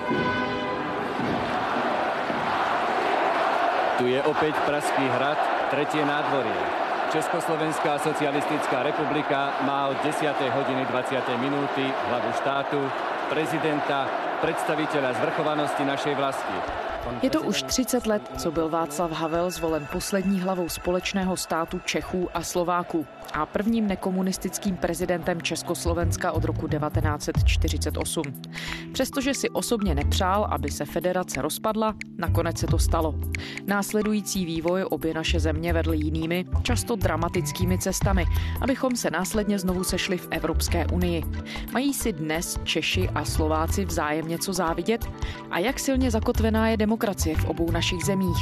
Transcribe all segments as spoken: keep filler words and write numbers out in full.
Tu je opäť Pražský hrad, tretie nádvorie. Československá socialistická republika má od desiatej hodiny dvadsiatej minúty hlavu štátu, prezidenta, představitele zvrchovanosti našej vlasti. Je to už třicet let, co byl Václav Havel zvolen poslední hlavou společného státu Čechů a Slováků a prvním nekomunistickým prezidentem Československa od roku devatenáct set čtyřicet osm. Přestože si osobně nepřál, aby se federace rozpadla, nakonec se to stalo. Následující vývoj obě naše země vedl jinými, často dramatickými cestami, abychom se následně znovu sešli v Evropské unii. Mají si dnes Češi a Slováci vzájemně co závidět? A jak silně zakotvená je demokracie v obou našich zemích?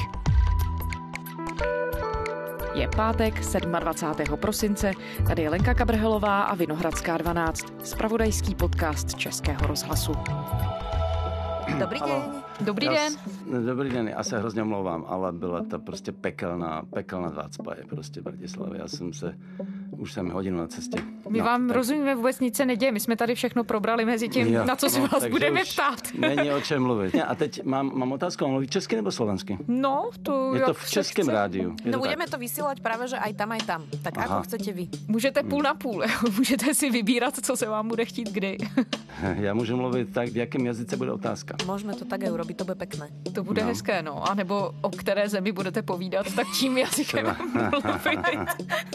Je pátek, dvacátého sedmého prosince, tady je Lenka Kabrhelová a Vinohradská dvanáct, zpravodajský podcast Českého rozhlasu. Dobrý den. Dobrý já den. S, dobrý den, já se hrozně omlouvám, ale byla to prostě pekelná, pekelná zácpa je prostě v Bratislavě. Já jsem se, už jsem hodinu na cestě. My no, vám tak... rozumíme, vůbec nic se neděje, my jsme tady všechno probrali mezi tím, jo, na co se no, vás budeme ptát. Není o čem mluvit. A teď mám, mám otázku, mluví česky nebo slovensky? No, to je to v českém chce. rádiu. No budeme to vysílat právě, že aj tam, aj tam. Tak Aha. Ako chcete vy? Můžete půl na půl, můžete si vybírat, co se vám bude chtít kdy. Já můžu mluvit tak, v jakém jazyce bude otázka. Můžeme to tak aj urobiť, to bude pekné. To bude no. hezké, no. A nebo o které zemi budete povídat, tak čím jazykem mluvit.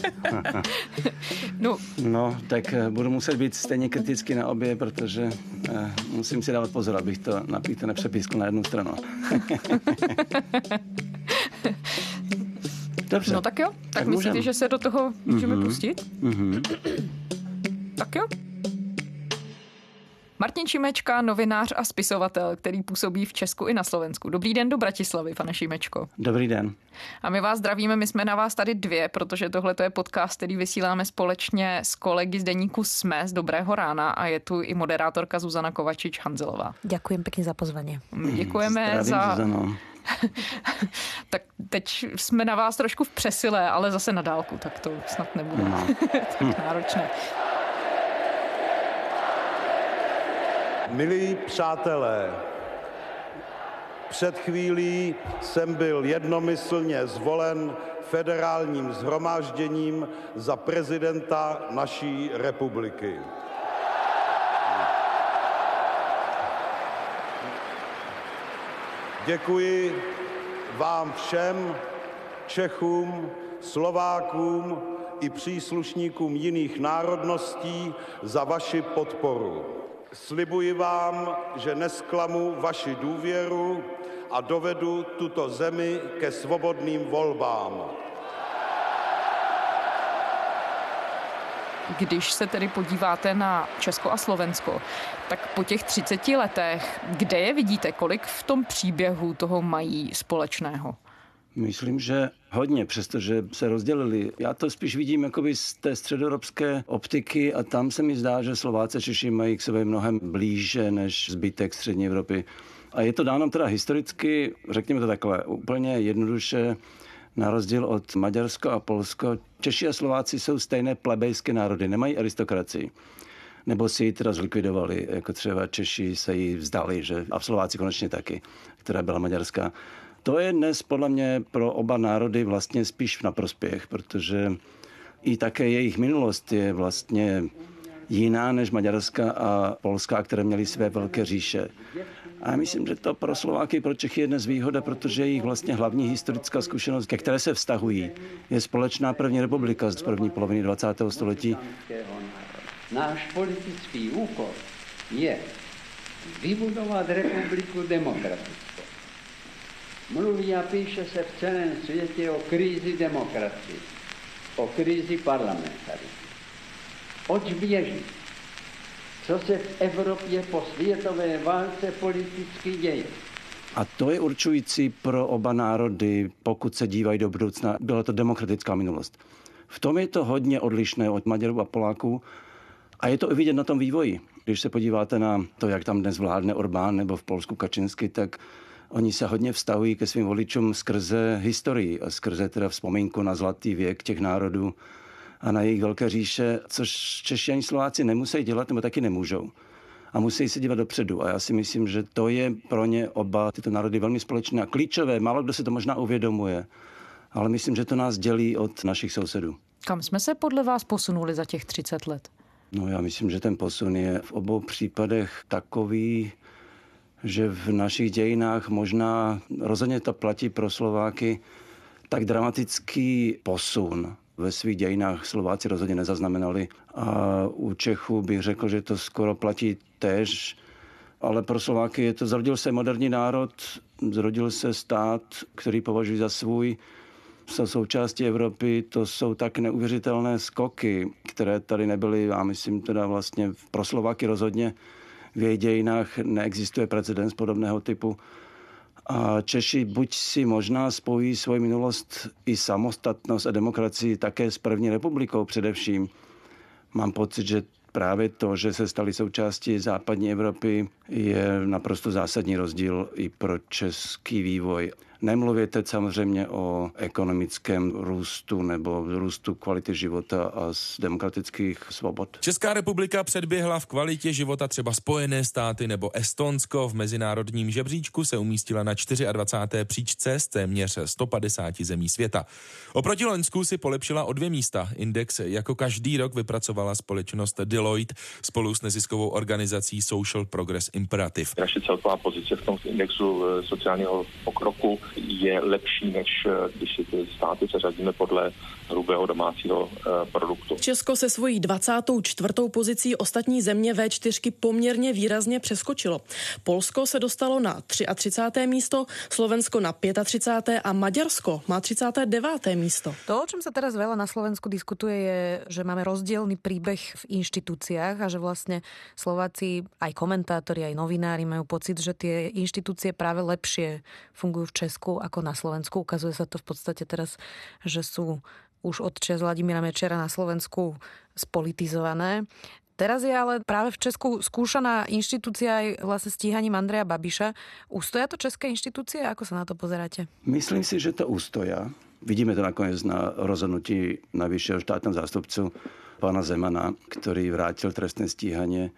no. no, tak budu muset být stejně kriticky na obě, protože eh, musím si dávat pozor, abych to napít nepřepískl na jednu stranu. Dobře. No tak jo, tak, tak myslíte, můžem. Že se do toho můžeme mm-hmm. pustit? Mm-hmm. Tak jo. Martin Šimečka, novinář a spisovatel, který působí v Česku i na Slovensku. Dobrý den do Bratislavy, pane Šimečko. Dobrý den. A my vás zdravíme, my jsme na vás tady dvě, protože tohle to je podcast, který vysíláme společně s kolegy z deníku SME z Dobrého rána a je tu i moderátorka Zuzana Kovačič-Hanzelová. Děkujem pěkně za pozvání. Děkujeme Zdravím, za... Zuzano. Tak teď jsme na vás trošku v přesile, ale zase na dálku, tak to snad nebude no. tak náročné. Milí přátelé, před chvílí jsem byl jednomyslně zvolen federálním shromážděním za prezidenta naší republiky. Děkuji vám všem, Čechům, Slovákům i příslušníkům jiných národností za vaši podporu. Slibuji vám, že nesklamu vaši důvěru a dovedu tuto zemi ke svobodným volbám. Když se tedy podíváte na Česko a Slovensko, tak po těch třiceti letech, kde je vidíte, kolik v tom příběhu toho mají společného? Myslím, že hodně, přestože se rozdělili. Já to spíš vidím jakoby z té středoevropské optiky a tam se mi zdá, že Slováci a Češi mají k sobě mnohem blíže než zbytek střední Evropy. A je to dáno teda historicky, řekněme to takhle, úplně jednoduše, na rozdíl od Maďarska a Polsko. Češi a Slováci jsou stejné plebejské národy, nemají aristokracii. Nebo si ji teda zlikvidovali, jako třeba Češi se jí vzdali, že a Slováci konečně taky, která byla maďarská. To je dnes podle mě pro oba národy vlastně spíš na prospěch, protože i také jejich minulost je vlastně jiná než maďarská a polská, které měly své velké říše. A myslím, že to pro Slováky, pro Čechy je dnes výhoda, protože jejich vlastně hlavní historická zkušenost, ke které se vztahují, je společná první republika z první poloviny dvacátého století. Náš politický úkol je vybudovat republiku demokratickou. Mluví a píše se v celém světě o krizi demokracie, o krizi parlamentarismu. Oč běží? Co se v Evropě po světové válce politicky děje? A to je určující pro oba národy, pokud se dívají do budoucna. Byla to demokratická minulost. V tom je to hodně odlišné od Maďarů a Poláků a je to i vidět na tom vývoji. Když se podíváte na to, jak tam dnes vládne Orbán nebo v Polsku Kaczyński, tak oni se hodně vztahují ke svým voličům skrze historii a skrze teda vzpomínku na zlatý věk těch národů a na jejich velké říše, což Češi ani Slováci nemusí dělat, nebo taky nemůžou. a musí se dívat dopředu. A já si myslím, že to je pro ně oba tyto národy velmi společné a klíčové. Málo kdo se to možná uvědomuje, ale myslím, že to nás dělí od našich sousedů. Kam jsme se podle vás posunuli za těch třicet let? No já myslím, že ten posun je v obou případech takový, že v našich dějinách možná rozhodně to platí pro Slováky, tak dramatický posun ve svých dějinách Slováci rozhodně nezaznamenali. A u Čechů bych řekl, že to skoro platí též, ale pro Slováky je to, zrodil se moderní národ, zrodil se stát, který považují za svůj, jsou součástí Evropy, to jsou tak neuvěřitelné skoky, které tady nebyly, já myslím teda vlastně pro Slováky rozhodně v jejich dějinách neexistuje precedens podobného typu. A Češi buď si možná spojí svoji minulost i samostatnost a demokracii také s první republikou především. Mám pocit, že právě to, že se stali součástí západní Evropy, je naprosto zásadní rozdíl i pro český vývoj. Nemluvě teď samozřejmě o ekonomickém růstu nebo růstu kvality života a z demokratických svobod. Česká republika předběhla v kvalitě života třeba Spojené státy nebo Estonsko. V mezinárodním žebříčku se umístila na dvacáté čtvrté příčce z téměř sto padesáti zemí světa. Oproti Loňsku si polepšila o dvě místa. Index jako každý rok vypracovala společnost Deloitte spolu s neziskovou organizací Social Progress Imperative. Naše celková pozice v tom indexu sociálního pokroku je lepší, než když si ty státy seřadíme podle hrubého domácího produktu. Česko se svojí dvacátou čtvrtou pozicí ostatní země vé čtyřky poměrně výrazně přeskočilo. Polsko se dostalo na třicáté třetí místo, Slovensko na třicáté páté a Maďarsko má třicáté deváté místo. To, o čom sa teraz veľa na Slovensku diskutuje, je, že máme rozdielny príbeh v inštitúciách a že vlastne Slováci, aj komentátori, aj novinári majú pocit, že tie inštitúcie práve lepšie fungujú v Česku ako na Slovensku. Ukazuje sa to v podstate teraz, že sú už od čias Vladimíra Mečera na Slovensku spolitizované. Teraz je ale práve v Česku skúšaná inštitúcia aj vlastne stíhaním Andreja Babiša. Ustoja to české inštitúcie? Ako sa na to pozeráte? Myslím si, že to ustoja. Vidíme to nakonec na rozhodnutí najvyššieho štátneho zástupcu pána Zemana, ktorý vrátil trestné stíhanie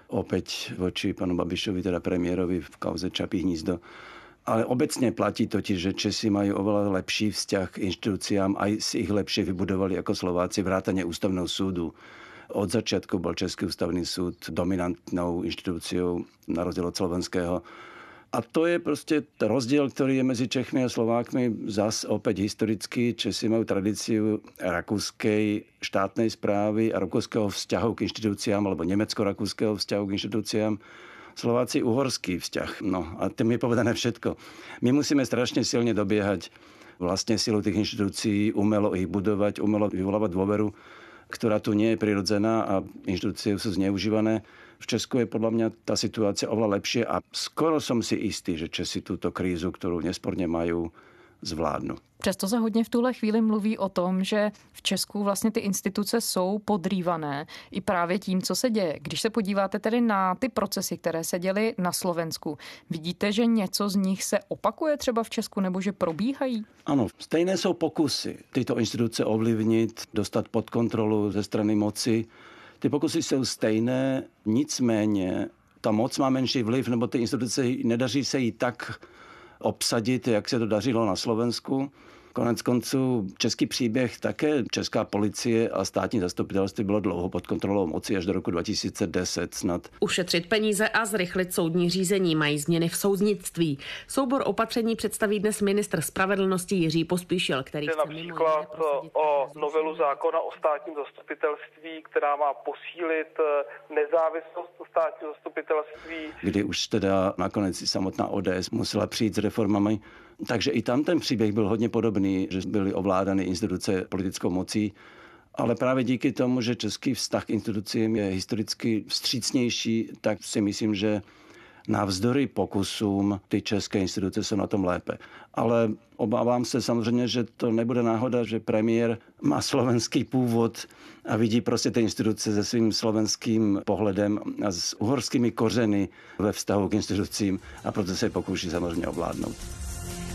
opäť voči pánu Babišovi, teda premiérovi v kauze Čapí hnízdo. Ale obecne platí totiž, že Česi majú oveľa lepší vzťah k inštitúciám, aj si ich lepšie vybudovali ako Slováci, vrátane ústavného súdu. Od začiatku bol Český ústavný súd dominantnou inštitúciou na rozdiel od slovenského. A to je proste rozdiel, ktorý je medzi Čechmi a Slovákmi zas opäť historický. Česi majú tradíciu rakúskej štátnej správy a rakúskeho vzťahu k inštitúciám alebo nemecko-rakúskeho vzťahu k inštitúciám. Slováci uhorský vzťah. No a tým je povedané všetko. My musíme strašne silne dobiehať vlastne silu tých inštitúcií, umelo ich budovať, umelo vyvolávať dôveru, ktorá tu nie je prirodzená a inštitúcie sú zneužívané. V Česku je podľa mňa tá situácia oveľa lepšie a skoro som si istý, že Česi túto krízu, ktorú nesporne majú, zvládnu. Přesto se hodně v tuhle chvíli mluví o tom, že v Česku vlastně ty instituce jsou podrývané i právě tím, co se děje. Když se podíváte tedy na ty procesy, které se děly na Slovensku, vidíte, že něco z nich se opakuje třeba v Česku nebo že probíhají? Ano, stejné jsou pokusy tyto instituce ovlivnit, dostat pod kontrolu ze strany moci. Ty pokusy jsou stejné, nicméně ta moc má menší vliv, nebo ty instituce nedaří se jí tak obsadit, jak se to dařilo na Slovensku. Konec konců český příběh také česká policie a státní zastupitelství bylo dlouho pod kontrolou moci až do roku dva tisíce deset snad. Ušetřit peníze a zrychlit soudní řízení mají změny v soudnictví. Soubor opatření představí dnes ministr spravedlnosti Jiří Pospíšil, který chce například o novelu zákona o státním zastupitelství, která má posílit nezávislost státního zastupitelství. Kdy už teda nakonec i samotná O D S musela přijít s reformami. Takže i tam ten příběh byl hodně podobný, že byly ovládány instituce politickou mocí, ale právě díky tomu, že český vztah k institucím je historicky vstřícnější, tak si myslím, že navzdory pokusům ty české instituce jsou na tom lépe. Ale obávám se samozřejmě, že to nebude náhoda, že premiér má slovenský původ a vidí prostě ty instituce se svým slovenským pohledem a s uhorskými kořeny ve vztahu k institucím a proto se je pokouší samozřejmě ovládnout.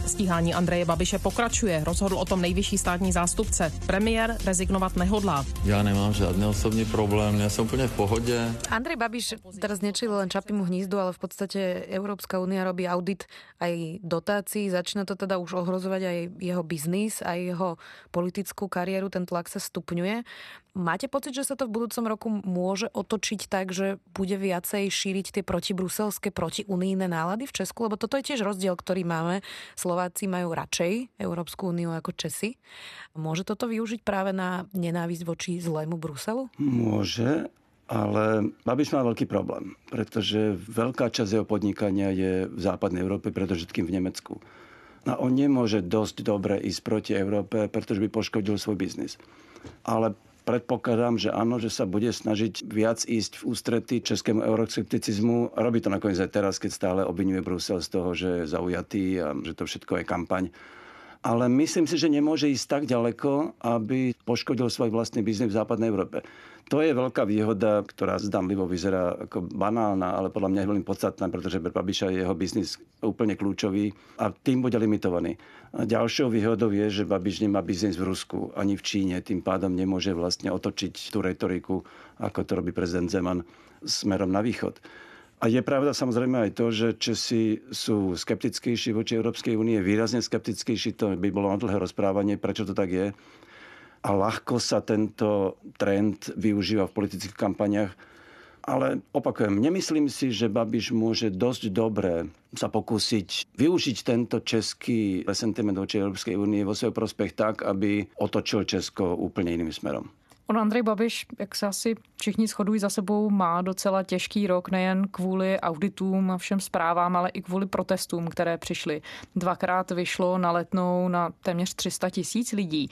Stíhání Andreje Babiše pokračuje, rozhodl o tom nejvyšší státní zástupce. Premiér rezignovat nehodlá. Já nemám žádný osobní problém, já jsem úplně v pohodě. Andrej Babiš teraz nečili len Čapímu hnízdu, ale v podstate Európska únia robí audit aj dotácií, začína to teda už ohrozovať aj jeho biznis, aj jeho politickú kariéru, ten tlak sa stupňuje. Máte pocit, že sa to v budúcom roku môže otočiť tak, že bude viacej šíriť tie protibruselské, protiunijné nálady v Česku? Lebo toto je tiež rozdiel, ktorý máme. Slováci majú radšej Európsku úniu ako Česi. Môže toto využiť práve na nenávisť voči zlému Bruselu? Môže, ale Babiš má veľký problém, pretože veľká časť jeho podnikania je v západnej Európe, predovšetkým v Nemecku. A on nemôže dosť dobre ísť proti Európe, pretože by poškodil svoj biznis. Ale predpokladám, že áno, že sa bude snažiť viac ísť v ústrety českému euroskepticizmu. Robí to nakoniec aj teraz, keď stále obviňuje Brusel z toho, že je zaujatý a že to všetko je kampaň. Ale myslím si, že nemôže ísť tak ďaleko, aby poškodil svoj vlastný biznis v západnej Európe. To je veľká výhoda, ktorá zdanlivo vyzerá ako banálna, ale podľa mňa je veľmi podstatná, pretože pre Babiša je jeho biznis úplne kľúčový a tým bude limitovaný. A ďalšou výhodou je, že Babiš nemá biznis v Rusku ani v Číne, tým pádom nemôže vlastne otočiť tú retoriku, ako to robí prezident Zeman, smerom na východ. A je pravda samozrejme aj to, že Česi sú skeptickejší voči Európskej únie, výrazne skeptickejší, to by bolo na dlhé rozprávanie, prečo to tak je. A ľahko sa tento trend využíva v politických kampaniach. Ale opakujem, nemyslím si, že Babiš môže dosť dobre sa pokúsiť využiť tento český sentiment voči Európskej únie vo svoj prospech tak, aby otočil Česko úplne iným smerom. On Andrej Babiš, jak se asi všichni shodují za sebou, má docela těžký rok nejen kvůli auditům a všem zprávám, ale i kvůli protestům, které přišly. Dvakrát vyšlo na Letnou na téměř tři sta tisíc lidí.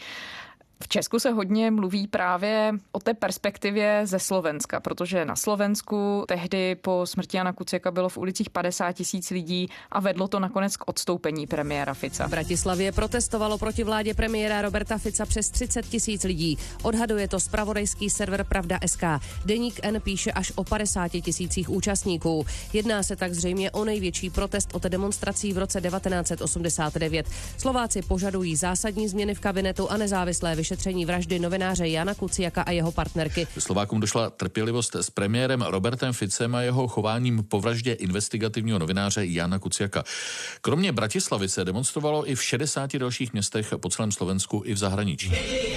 V Česku se hodně mluví právě o té perspektivě ze Slovenska, protože na Slovensku tehdy po smrti Jana Kuciaka bylo v ulicích padesát tisíc lidí a vedlo to nakonec k odstoupení premiéra Fica. V Bratislavě protestovalo proti vládě premiéra Roberta Fica přes třicet tisíc lidí. Odhaduje to zpravodajský server Pravda tečka es ká. Deník N píše až o padesáti tisících účastníků. Jedná se tak zřejmě o největší protest od demonstrací v roce devatenáct set osmdesát devět. Slováci požadují zásadní změny v kabinetu a nezávislé vyšetření vraždy novináře Jana Kuciaka a jeho partnerky. Slovákům došla trpělivost s premiérem Robertem Ficem a jeho chováním po vraždě investigativního novináře Jana Kuciaka. Kromě Bratislavy se demonstrovalo i v šedesáti dalších městech po celém Slovensku i v zahraničí.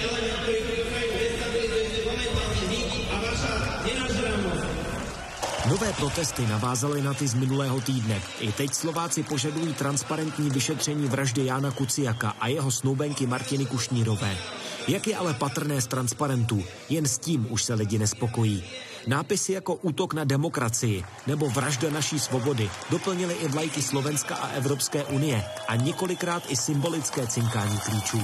Nové protesty navázaly na ty z minulého týdne. I teď Slováci požadují transparentní vyšetření vraždy Jána Kuciaka a jeho snoubenky Martiny Kušnírové. Jak je ale patrné z transparentů, jen s tím už se lidi nespokojí. Nápisy jako útok na demokracii nebo vražda naší svobody doplnily i vlajky Slovenska a Evropské unie a několikrát i symbolické cinkání klíčů.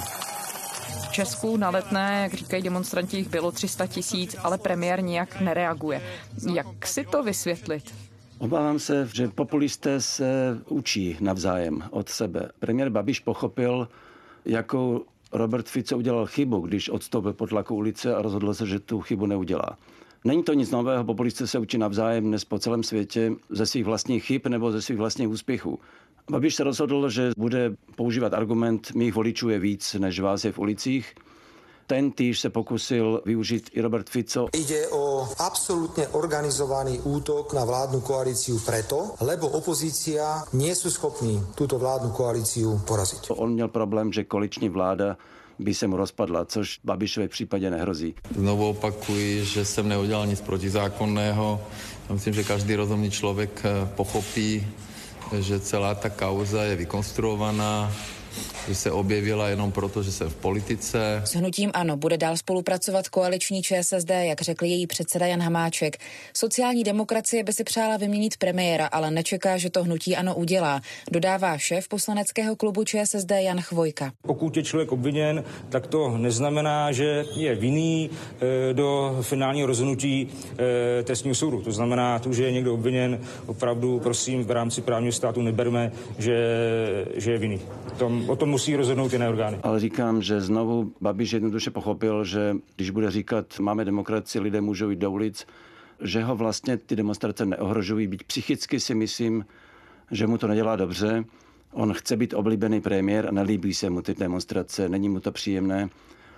V Česku na Letné, jak říkají demonstranti, jich bylo tři sta tisíc, ale premiér nijak nereaguje. Jak si to vysvětlit? Obávám se, že populisté se učí navzájem od sebe. Premiér Babiš pochopil, jakou Robert Fico udělal chybu, když odstoupil pod tlaku ulice a rozhodl se, že tu chybu neudělá. Není to nic nového, populisté se učí navzájem dnes po celém světě ze svých vlastních chyb nebo ze svých vlastních úspěchů. Babiš se rozhodl, že bude používat argument mých voličů je víc, než vás je v ulicích. Ten týž se pokusil využít i Robert Fico. Ide o absolútne organizovaný útok na vládnu koalíciu preto, lebo opozícia nie sú schopní túto vládnu koalíciu poraziť. On měl problém, že koaliční vláda by se mu rozpadla, což Babišově případě nehrozí. Znovu opakuji, že jsem neudělal nic protizákonného. Myslím, že každý rozumný člověk pochopí, že celá ta kauza je vykonstruovaná, že se objevila jenom proto, že jsem v politice. S hnutím ANO bude dál spolupracovat koaliční ČSSD, jak řekl její předseda Jan Hamáček. Sociální demokracie by si přála vyměnit premiéra, ale nečeká, že to hnutí ANO udělá, dodává šéf poslaneckého klubu ČSSD Jan Chvojka. Pokud je člověk obviněn, tak to neznamená, že je vinný e, do finálního rozhodnutí e, trestního soudu. To znamená, to, že je někdo obviněn, opravdu, prosím, v rámci právního státu neberme, že, že je vinný. Tom, o tom musí rozhodnout jiné orgány. Ale říkám, že znovu Babiš jednoduše pochopil, že když bude říkat, máme demokracii, lidé můžou jít do ulic, že ho vlastně ty demonstrace neohrožují, byť psychicky si myslím, že mu to nedělá dobře. On chce být oblíbený premiér a nelíbí se mu ty demonstrace, není mu to příjemné,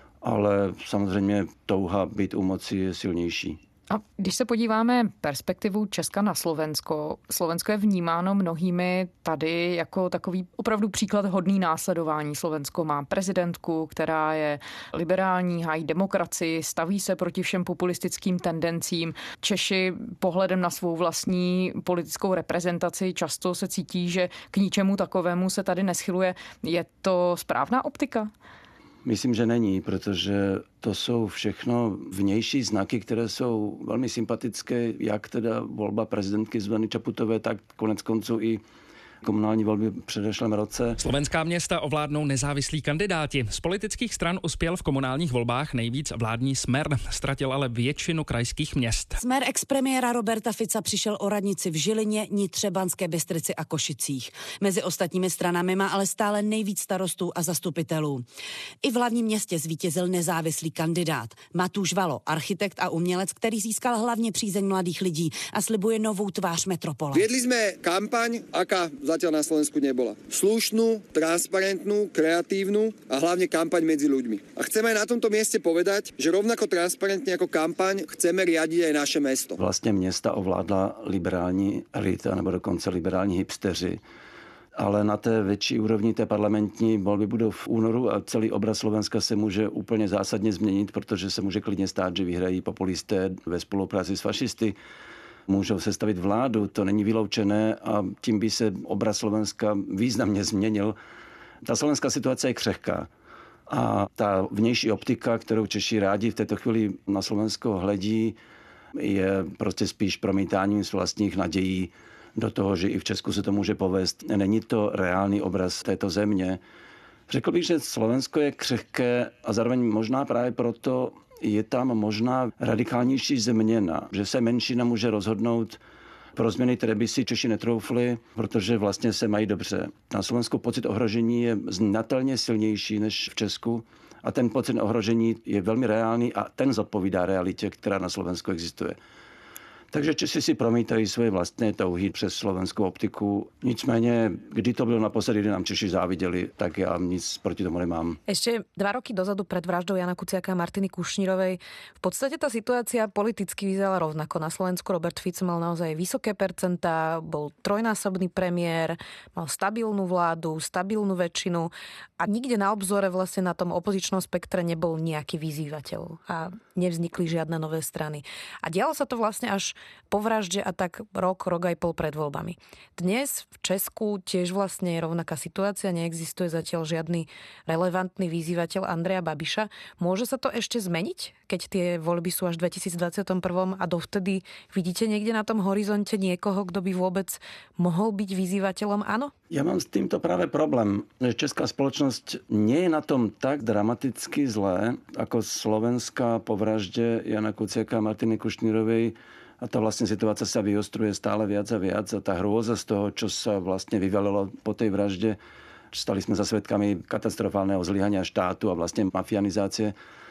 ale samozřejmě touha být u moci je silnější. A když se podíváme perspektivu Česka na Slovensko, Slovensko je vnímáno mnohými tady jako takový opravdu příklad hodný následování. Slovensko má prezidentku, která je liberální, hájí demokracii, staví se proti všem populistickým tendencím. Češi pohledem na svou vlastní politickou reprezentaci často se cítí, že k ničemu takovému se tady neschyluje. Je to správná optika? Myslím, že není, protože to jsou všechno vnější znaky, které jsou velmi sympatické, jak teda volba prezidentky Zuzany Čaputové, tak konec konců i komunální volby v předešlém roce. Slovenská města ovládnou nezávislí kandidáti. Z politických stran uspěl v komunálních volbách nejvíc vládní Smer, ztratil ale většinu krajských měst. Smer expremiéra Roberta Fica přišel o radnici v Žilině, Nitře, Banské Bystrici a Košicích. Mezi ostatními stranami má ale stále nejvíc starostů a zastupitelů. I v hlavním městě zvítězil nezávislý kandidát. Matúš Valo, architekt a umělec, který získal hlavně přízeň mladých lidí a slibuje novou tvář metropole. Viedli sme kampaň, aká zatiaľ na Slovensku nebola. Slušnú, transparentnú, kreatívnu a hlavne kampaň medzi ľuďmi. A chceme aj na tomto mieste povedať, že rovnako transparentne ako kampaň chceme riadiť aj naše mesto. Vlastně města ovládla liberální elita nebo dokonce liberální hipsteři. Ale na té větší úrovni té parlamentní volby budou v únoru a celý obraz Slovenska se může úplně zásadně změnit, protože se může klidně stát, že vyhrají populisté ve spolupráci s fašisty. Můžou sestavit vládu, to není vyloučené a tím by se obraz Slovenska významně změnil. Ta slovenská situace je křehká a ta vnější optika, kterou Češi rádi v této chvíli na Slovensko hledí, je prostě spíš promítáním z vlastních nadějí do toho, že i v Česku se to může povést. Není to reálný obraz této země. Řekl bych, že Slovensko je křehké a zároveň možná právě proto je tam možná radikálnější změna, že se menšina může rozhodnout pro změny, které by si Češi netroufli, protože vlastně se mají dobře. Na Slovensku pocit ohrožení je znatelně silnější než v Česku a ten pocit ohrožení je velmi reálný a ten zodpovídá realitě, která na Slovensku existuje. Takže Češi si promítají svoje vlastné touhy přes slovenskou optiku. Nicméně, kdy to bylo naposledy, kdy nám Češi záviděli, tak já nic proti tomu nemám. Ešte dva roky dozadu pred vraždou Jana Kuciaka a Martiny Kušnírovej v podstate tá situácia politicky vyzerala rovnako. Na Slovensku Robert Fico mal naozaj vysoké percentá, bol trojnásobný premiér, mal stabilnú vládu, stabilnú väčšinu a nikde na obzore vlastne na tom opozičnom spektre nebol nejaký vyzývateľ a nevznikli žiadne nové strany. A dialo sa to vlastne až po vražde a tak rok, rok aj pol pred voľbami. Dnes v Česku tiež vlastne je rovnaká situácia, neexistuje zatiaľ žiadny relevantný vyzývateľ Andreja Babiša. Môže sa to ešte zmeniť, keď tie voľby sú až v dvetisícdvadsaťjeden a dovtedy vidíte niekde na tom horizonte niekoho, kto by vôbec mohol byť vyzývateľom áno? Já mám s tímto právě problém, že česká společnost nie je na tom tak dramaticky zlé, jako slovenská po vraždě Jana Kuciaka a Martiny Kušnírovej. A ta vlastně situace se vyostruje stále viac a viac a ta hrôza z toho, čo sa vlastně vyvalilo po tej vražde, stali jsme za svedkami katastrofálneho zlyhania štátu a vlastně mafianizácie.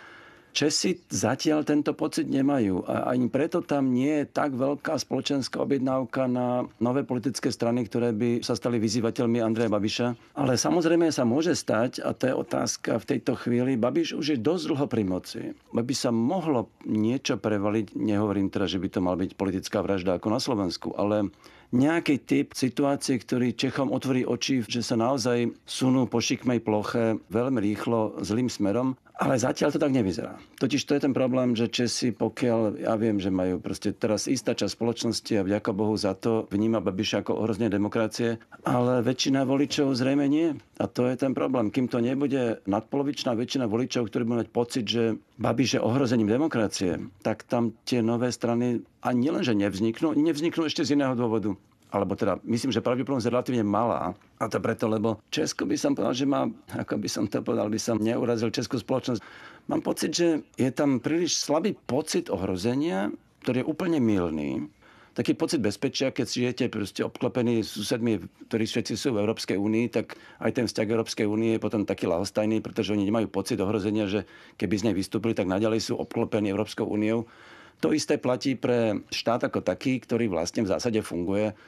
Česi zatiaľ tento pocit nemajú a ani preto tam nie je tak veľká spoločenská objednávka na nové politické strany, ktoré by sa stali vyzývateľmi Andreja Babiša. Ale samozrejme sa môže stať, a to je otázka v tejto chvíli, Babiš už je dosť dlho pri moci. Aby sa mohlo niečo prevaliť, nehovorím teda, že by to mal byť politická vražda ako na Slovensku, ale nejaký typ situácie, ktorý Čechom otvorí oči, že sa naozaj sunú po šikmej ploche veľmi rýchlo zlým smerom. Ale zatiaľ to tak nevyzerá. Totiž to je ten problém, že Česi, pokiaľ, ja viem, že majú proste teraz istá časť spoločnosti a vďaka Bohu za to vníma Babiša ako ohrozenie demokracie, ale väčšina voličov zrejme nie. A to je ten problém. Kým to nebude nadpolovičná väčšina voličov, ktorí budú mať pocit, že Babiš je ohrozením demokracie, tak tam tie nové strany a nielenže nevzniknú, nevzniknú ešte z iného dôvodu. Alebo teda, myslím, že pravdepodobnosť je relatívne malá. A to preto, lebo Česko by som povedal, že má, ako by som to povedal, by som neurazil českú spoločnosť. Mám pocit, že je tam príliš slabý pocit ohrozenia, ktorý je úplne mylný. Taký pocit bezpečia, keď žijete proste obklopení susedmi, ktorí všetci sú v Európskej únii, tak aj ten vzťah Európskej únie je potom taký ľahostajný, pretože oni nemajú pocit ohrozenia, že keby z nej vystúpili, tak naďalej sú obklopení Európskou úniou. To isté platí pre štát ako taký, ktorý vlastne v zásade funguje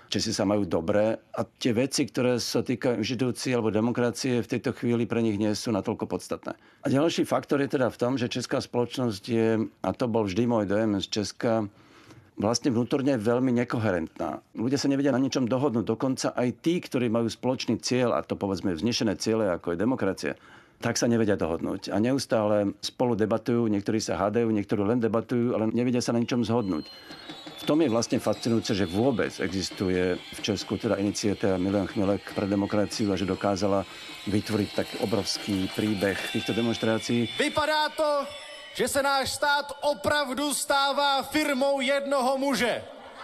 Česi sa majú dobre a tie veci, ktoré sa týkajú inštitúcií alebo demokracie, v tejto chvíli pre nich nie sú natoľko podstatné. A ďalší faktor je teda v tom, že česká spoločnosť je, a to bol vždy môj dojem z Česka, vlastne vnútorne veľmi nekoherentná. Ľudia sa nevedia na ničom dohodnúť. Dokonca aj tí, ktorí majú spoločný cieľ, a to povedzme vznešené ciele, ako je demokracia, tak sa nevedia dohodnúť. A neustále spolu debatujú, niektorí sa hádajú, niektorí len debatujú, ale nevedia sa na ničom zhodnúť. V tom je vlastne fascinujúce, že vôbec existuje v Česku teda iniciatíva Milión Chmielek pre demokraciu a že dokázala vytvoriť tak obrovský príbeh týchto demonstrácií. Vypadá to, že se náš stát opravdu stává firmou jednoho muže.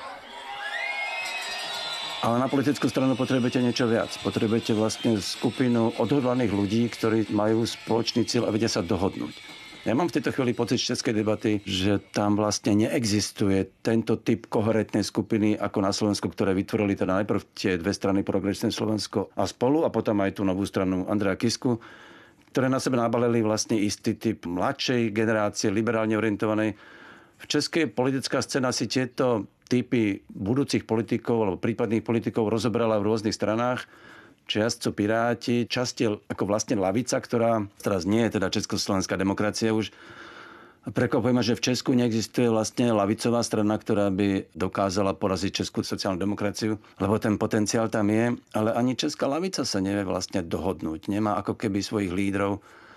Ale na politickú stranu potrebujete niečo viac. Potrebujete vlastne skupinu odhodlaných ľudí, ktorí majú spoločný cieľ a vedia sa dohodnúť. Ja mám v tejto chvíli pocit z českej debaty, že tam vlastne neexistuje tento typ koherentnej skupiny ako na Slovensku, ktoré vytvorili teda najprv tie dve strany Progresívne Slovensko a Spolu a potom aj tú novú stranu Andreja Kisku, ktoré na sebe nabalili vlastne istý typ mladšej generácie, liberálne orientovanej. V českej politická scéna si tieto typy budúcich politikov alebo prípadných politikov rozobrala v rôznych stranách. Časť sú Piráti, časť je ako vlastne lavica, ktorá teraz nie je teda československá demokracia už. Prekvapuje ma, že v Česku neexistuje vlastne lavicová strana, ktorá by dokázala poraziť českú sociálnu demokraciu, lebo ten potenciál tam je, ale ani česká lavica sa nevie vlastne dohodnúť. Nemá ako keby svojich lídrov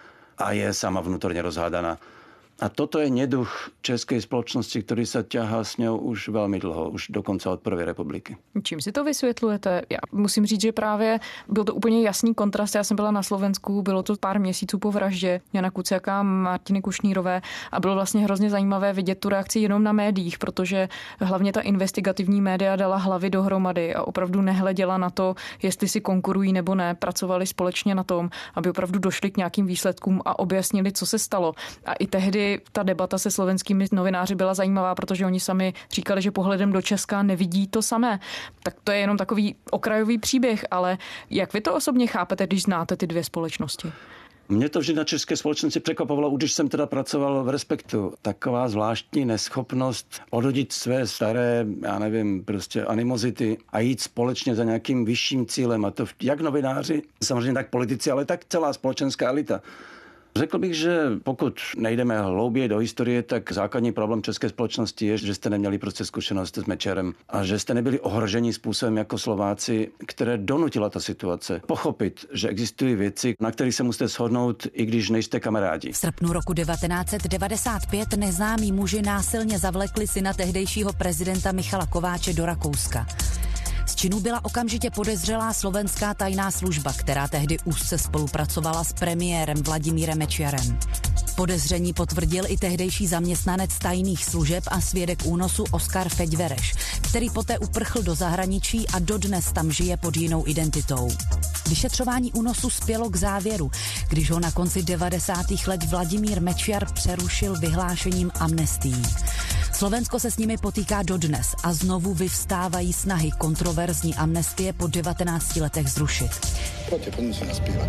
a je sama vnútorne rozhádaná. A toto je neduch českej spoločnosti, ktorý sa ťahá s ňou už veľmi dlho, už dokonca od prvej republiky. Čím si to vysvětlujete? Já musím říct, že právě byl to úplně jasný kontrast. Já jsem byla na Slovensku, bylo to pár měsíců po vraždě Jana Kuciaka a Martiny Kušnírové a bylo vlastně hrozně zajímavé vidět tu reakci jenom na médiích, protože hlavně ta investigativní média dala hlavy dohromady a opravdu nehleděla na to, jestli si konkurují nebo ne, pracovali společně na tom, aby opravdu došli k nějakým výsledkům a objasnili, co se stalo. A i tehdy ta debata se slovenskými novináři byla zajímavá, protože oni sami říkali, že pohledem do Česka nevidí to samé. Tak to je jenom takový okrajový příběh, ale jak vy to osobně chápete, když znáte ty dvě společnosti? Mne to vždy na české spoločnosti prekvapovalo, už když jsem teda pracoval v Respektu. Taková zvláštní neschopnost odhodit své staré, já nevím, prostě animozity a jít společně za nějakým vyšším cílem. A to jak novináři, samozřejmě tak politici, ale tak celá společenská elita. Řekl bych, že pokud nejdeme hlouběji do historie, tak základní problém české společnosti je, že jste neměli prostě zkušenost s Mečiarem a že jste nebyli ohroženi způsobem jako Slováci, které donutila ta situace. Pochopit, že existují věci, na kterých se musíte shodnout, i když nejste kamarádi. V srpnu roku devatenáct set devadesát pět neznámí muži násilně zavlekli syna tehdejšího prezidenta Michala Kováče do Rakouska. Z činu byla okamžitě podezřelá slovenská tajná služba, která tehdy úzce spolupracovala s premiérem Vladimírem Mečiarem. Podezření potvrdil i tehdejší zaměstnanec tajných služeb a svědek únosu Oskar Feďvereš, který poté uprchl do zahraničí a dodnes tam žije pod jinou identitou. Vyšetřování únosu spělo k závěru, když ho na konci devadesátých let Vladimír Mečiar přerušil vyhlášením amnestií. Slovensko se s nimi potýká dodnes a znovu vyvstávají snahy kontroverzní amnestie po devatenácti letech zrušit. Poďte, poďme si naspívať.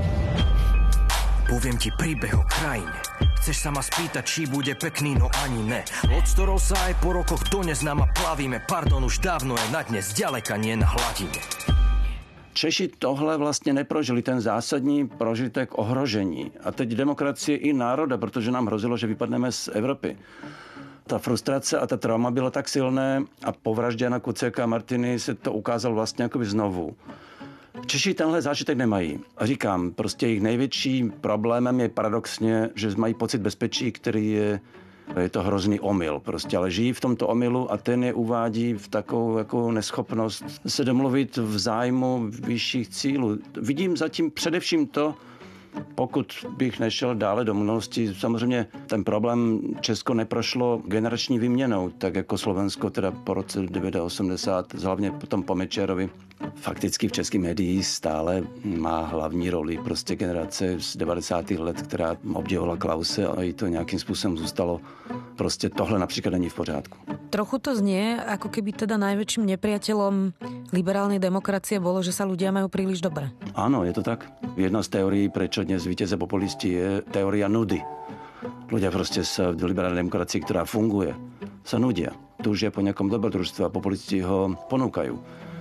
Poviem ti príbeh o krajine. Chceš sa ma spýtať, či bude pekný, no ani ne. Loď, s ktorou sa aj po rokoch dodnes nám a plavíme. Pardon, už dávno je na dne, zďaleka nie na hladine. Češi tohle vlastně neprožili, ten zásadní prožitek ohrožení. A teď demokracie i národa, protože nám hrozilo, že vypadneme z Evropy. Ta frustrace a ta trauma byla tak silné a po vraždě Jana Kuciaka a Martiny se to ukázalo vlastně jakoby znovu. Češi tenhle zážitek nemají. A říkám, prostě jejich největší problémem je paradoxně, že mají pocit bezpečí, který je, je to hrozný omyl. Prostě, ale žijí v tomto omylu a ten je uvádí v takovou jako neschopnost se domluvit v zájmu vyšších cílů. Vidím zatím především to, pokud bych nešel dále do minulosti, samozřejmě ten problém Česko neprošlo generační výměnou, tak jako Slovensko teda po roce osmdesát devět, hlavně potom po Mečiarovi. Fakticky v českých médiích stále má hlavní roli prostě generace z devadesátých let, která obdivovala Klause a i to nějakým způsobem zůstalo. Prostě tohle například není v pořádku. Trochu to znie, ako keby teda najväčším nepriateľom liberálnej demokracie bolo, že sa ľudia majú príliš dobre. Áno, je to tak. Jedna z teórií, prečo dnes vítěze populisti, je teória nudy. Ľudia prostě sa v liberálnej demokracii, ktorá funguje, sa nudia. Túžia po nejakom dobrodružstve a populisti ho ponúkajú.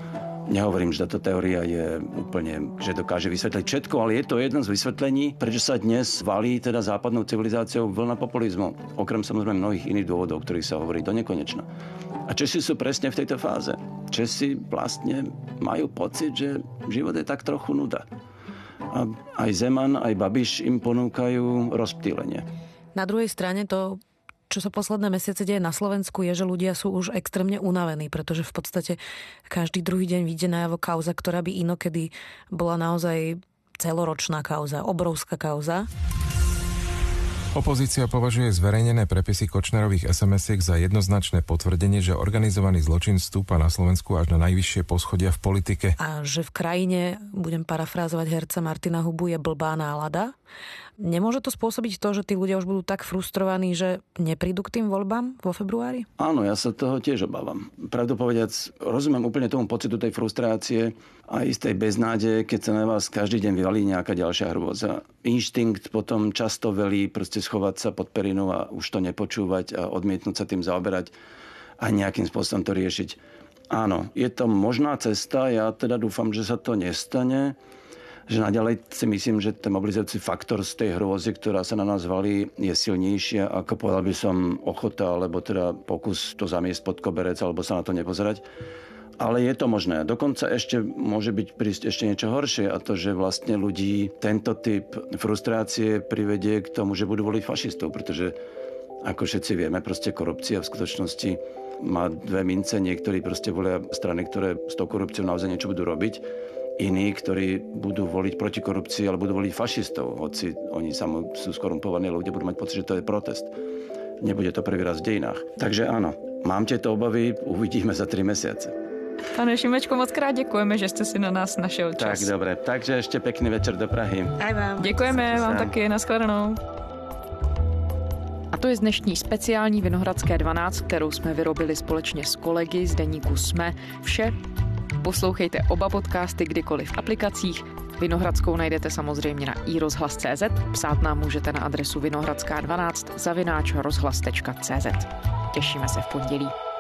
Nehovorím, že táto teória je úplne, že dokáže vysvetliť všetko, ale je to jedno z vysvetlení, prečo sa dnes valí teda západnou civilizáciou vlna populizmu. Okrem samozrejme mnohých iných dôvodov, o ktorých sa hovorí do nekonečna. A Češi sú presne v tejto fáze. Česi vlastne majú pocit, že život je tak trochu nuda. A aj Zeman, aj Babiš im ponúkajú rozptýlenie. Na druhej strane to, čo sa posledné mesiace deje na Slovensku, je, že ľudia sú už extrémne unavení, pretože v podstate každý druhý deň vyjde najavo kauza, ktorá by inokedy bola naozaj celoročná kauza, obrovská kauza. Opozícia považuje zverejnené prepisy Kočnerových es em esiek za jednoznačné potvrdenie, že organizovaný zločin stúpa na Slovensku až na najvyššie poschodia v politike. A že v krajine, budem parafrázovať herca Martina Hubu, je blbá nálada. Nemôže to spôsobiť to, že tí ľudia už budú tak frustrovaní, že neprídu k tým voľbám vo februári? Áno, ja sa toho tiež obávam. Pravdu povediac, rozumiem úplne tomu pocitu tej frustrácie a istej beznádeje, keď sa na vás každý deň vyvalí nejaká ďalšia hrôza. Inštinkt potom často velí proste schovať sa pod perinu a už to nepočúvať a odmietnúť sa tým zaoberať a nejakým spôsobom to riešiť. Áno, je to možná cesta, ja teda dúfam, že sa to nestane, že naďalej si myslím, že ten mobilizujúci faktor z tej hrôzy, ktorá sa na nás valí, je silnejšia ako povedal by som ochota, alebo teda pokus to zamiesť pod koberec, alebo sa na to nepozerať. Ale je to možné. Dokonca ešte môže byť prísť ešte niečo horšie a to, že vlastne ľudí tento typ frustrácie privedie k tomu, že budú voliť fašistov, pretože ako všetci vieme, proste korupcia v skutočnosti má dve mince. Niektorí proste volia strany, ktoré s tou korupciou naozaj niečo budú robiť. Iní, ktorí budú voliť proti korupcii, ale budú voliť fašistov, hoci oni sami sú skorumpovaní, ľudia budú mať pocit, že to je protest. Nebude to prvý raz v dejinách. Takže áno, mám tieto obavy, uvidíme za tri mesiace. Pane Šimečko, moc krát děkujeme, že jste si na nás našel čas. Tak dobré, takže ještě pěkný večer do Prahy. Aj vám. Děkujeme vám taky, nashledanou. A to je z dnešní speciální Vinohradské dvanáct, kterou jsme vyrobili společně s kolegy z deníku Sme. Vše. Poslouchejte oba podcasty kdykoliv v aplikacích. Vinohradskou najdete samozřejmě na i rozhlas tečka cé zet. Psát nám můžete na adresu vinohradská dvanáct zavináč rozhlas tečka cé zet. Těšíme se v pondělí.